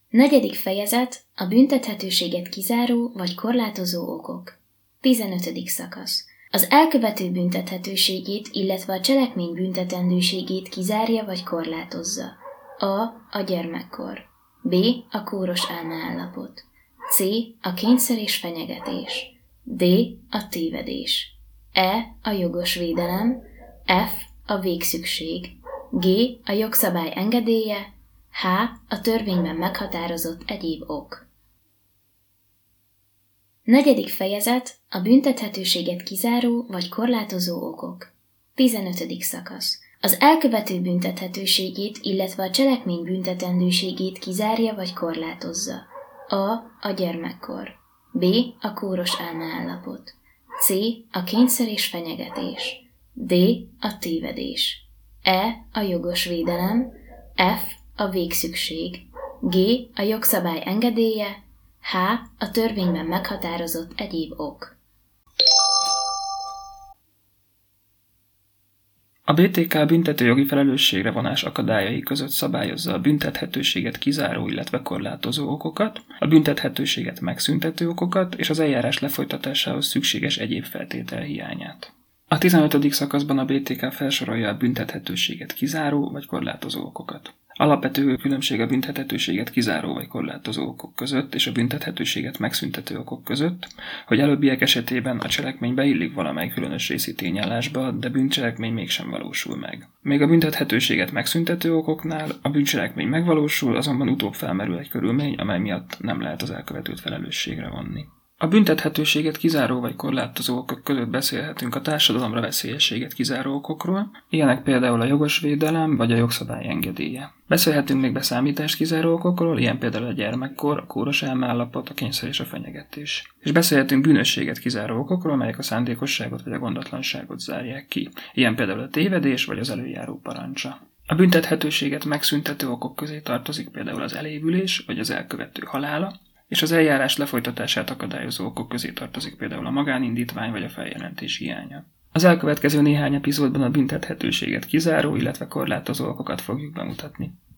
Negyedik fejezet a büntethetőséget kizáró vagy korlátozó okok. 15. szakasz. Az elkövető büntethetőségét, illetve a cselekmény büntetendőségét kizárja vagy korlátozza. A gyermekkor. B. A kóros álmaállapot. C. A kényszer és fenyegetés. D. A tévedés. E. A jogos védelem. F. A végszükség. G. A jogszabály engedélye. H. A törvényben meghatározott egyéb ok. Negyedik fejezet a büntethetőséget kizáró vagy korlátozó okok. 15. szakasz. Az elkövető büntethetőségét, illetve a cselekmény büntetendőségét kizárja vagy korlátozza. A gyermekkor. B. A kóros álmaállapot. C. A kényszer és fenyegetés. D. A tévedés. E. A jogos védelem. F. A végszükség. G. A jogszabály engedélye. H. A törvényben meghatározott egyéb ok. A BTK büntetőjogi felelősségre vonás akadályai között szabályozza a büntethetőséget kizáró, illetve korlátozó okokat, a büntethetőséget megszüntető okokat és az eljárás lefolytatásához szükséges egyéb feltétel hiányát. A 15. szakaszban a BTK felsorolja a büntethetőséget kizáró vagy korlátozó okokat. Alapvető különbség a büntethetőséget kizáró vagy korlátozó okok között és a büntethetőséget megszüntető okok között, hogy előbbiek esetében a cselekmény beillik valamely különös részi tényállásba, de bűncselekmény mégsem valósul meg. Még a büntethetőséget megszüntető okoknál a bűncselekmény megvalósul, azonban utóbb felmerül egy körülmény, amely miatt nem lehet az elkövetőt felelősségre vonni. A büntethetőséget kizáró vagy korlátozó okok között beszélhetünk a társadalomra veszélyességet kizáró okokról, ilyenek például a jogos védelem vagy a jogszabály engedélye. Beszélhetünk még beszámítást kizáró okokról, ilyen például a gyermekkor, a kóros álmaállapot, a kényszer és a fenyegetés. És beszélhetünk bűnösséget kizáró okokról, melyek a szándékosságot vagy a gondatlanságot zárják ki, ilyen például a tévedés vagy az előjáró parancsa. A büntethetőséget megszüntető okok közé tartozik például az elévülés vagy az elkövető halála, és az eljárás lefolytatását akadályozó okok közé tartozik például a magánindítvány vagy a feljelentés hiánya. Az elkövetkező néhány epizódban a büntethetőséget kizáró, illetve korlátozó okokat fogjuk bemutatni.